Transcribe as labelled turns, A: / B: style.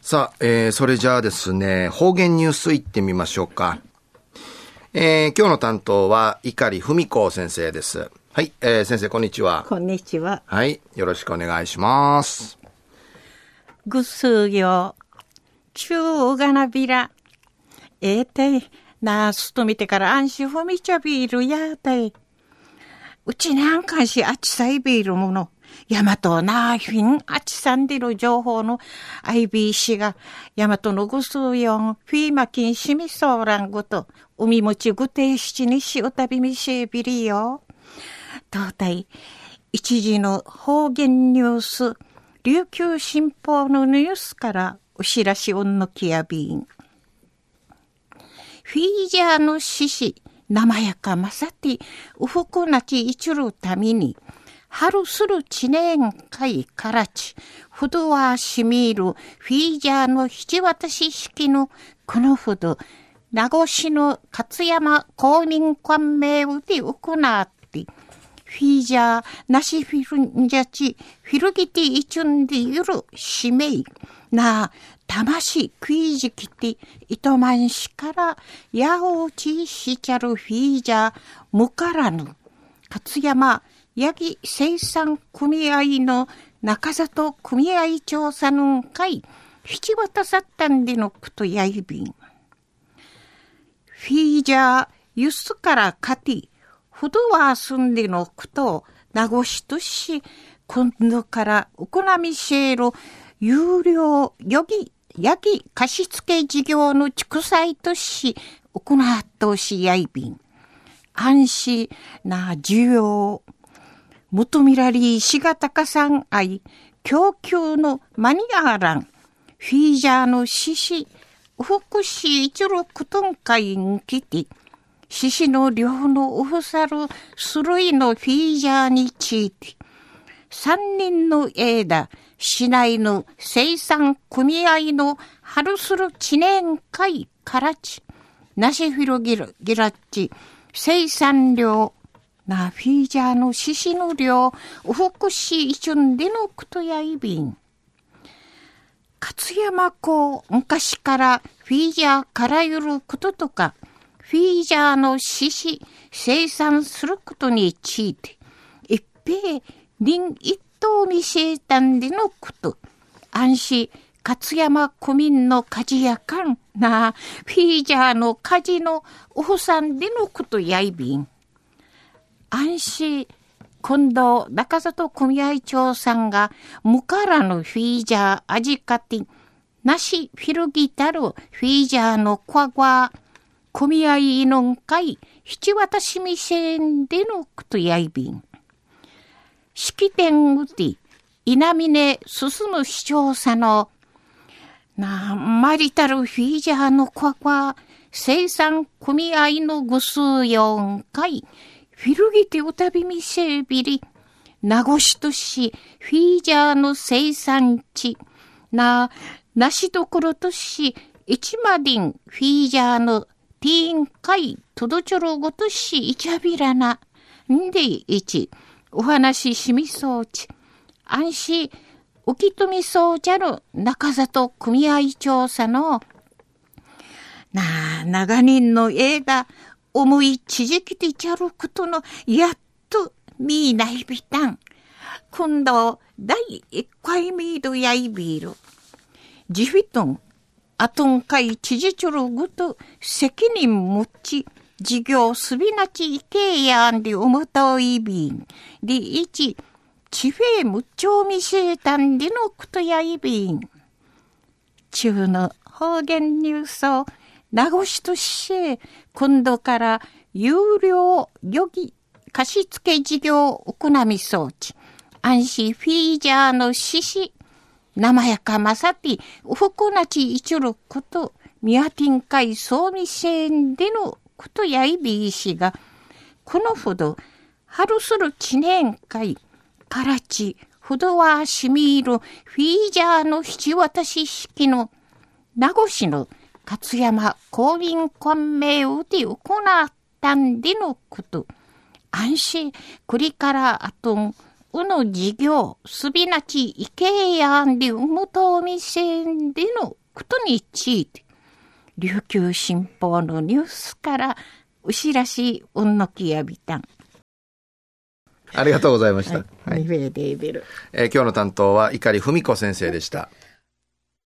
A: さあ、それじゃあですね、方言ニュースいってみましょうか。今日の担当は碇文子先生です。はい、先生こんにちは。
B: こんにちは。
A: はい、よろしくお願いします。
B: ぐすよ、ちゅうがなびら。なすとみてから安心ふみちゃびるやたい。うちなんかしあちさいびるもの。ヤマトなあひんあちさんでる情報の IBC がヤマトのぐすよんフィーマキンシミソーランごと海もちぐてしちにしおたびみしえびりよ。東大一時の方言ニュース琉球新報のニュースからお知らしおんのきやびん。フィージャーの獅子生やかまさてうふくなきいちるために春する知年会からちふどはしみるフィージャーの七渡し式のこのふど名護市の勝山公民館名うで行ってフィージャーなしフィルンジャチフィルギティイチュンでゆるしめいな魂クイジキティ糸満市からやおちしちゃるフィージャーむからぬ勝山ヤギ生産組合の中里組合調査の会七渡さったんでのことやいびんフィージャーユスからカティふどは住んでのことを名護市とし今度からおこなみシェール有料ヤギ貸付事業の畜産とし行っとしやいびん安心な需要求めらりしがたかさん愛供給の間にあらんフィージャーの獅子福祉一路クトン会に来て獅子の量のうふさるするいのフィージャーについて三人の枝市内の生産組合の春する知年会からちなしひろぎらっち生産量なフィージャーの獅子の量うふくしいちゅんでのことやいびん勝山港昔からフィージャーからゆることとかフィージャーの獅子生産することについて一平人一頭見せたんでのこと安心勝山区民の家事やかんなフィージャーの家事のおふさんでのことやいびん安心今度中里組合長さんがむからのフィージャー味かてなしフィルギタルフィージャーのkwaが組合の会七渡しみせんでのことやいびん式典うて稲峰進む市長さのマリタルフィージャーのkwaが生産組合のぐす4回フィルギテおたびみせびり、名護市とし、フィージャーの生産地、なしどころとし、一マディン、フィージャーのティーン会、とどちょろごとし、いちゃびらな、んでいち、お話ししみそうち、安心、おきとみそうじゃる、中里組合調査の、長年の枝、思いちじきてちゃることのやっとみないびたん。今度第一回目どやいびる。ジフィトン、あとんかいちじちょるごと責任持ち、事業すびなちいけやんでおもといびん。でいち、ちフェむっちょみせたんでのことやいびん。中の方言ニュースを名護市として今度から有料予備貸付事業を行み装置安心フィージャーの獅子生やかまさてうふくなちいちゅることミヤティン会総味せんでのことやいびいしがこのほど春する知年会からちほどはしみるフィージャーの七渡し式の名護市の勝山公民館名をで行ったんでのこと。安心、これからあとん、うの事業、すびなちいけやんでうむとみせんでのことについて、琉球新報のニュースからお知らしうんのきやびたん。
A: ありがとうございました。
B: はい、
A: 今日の担当は碇文子先生でした。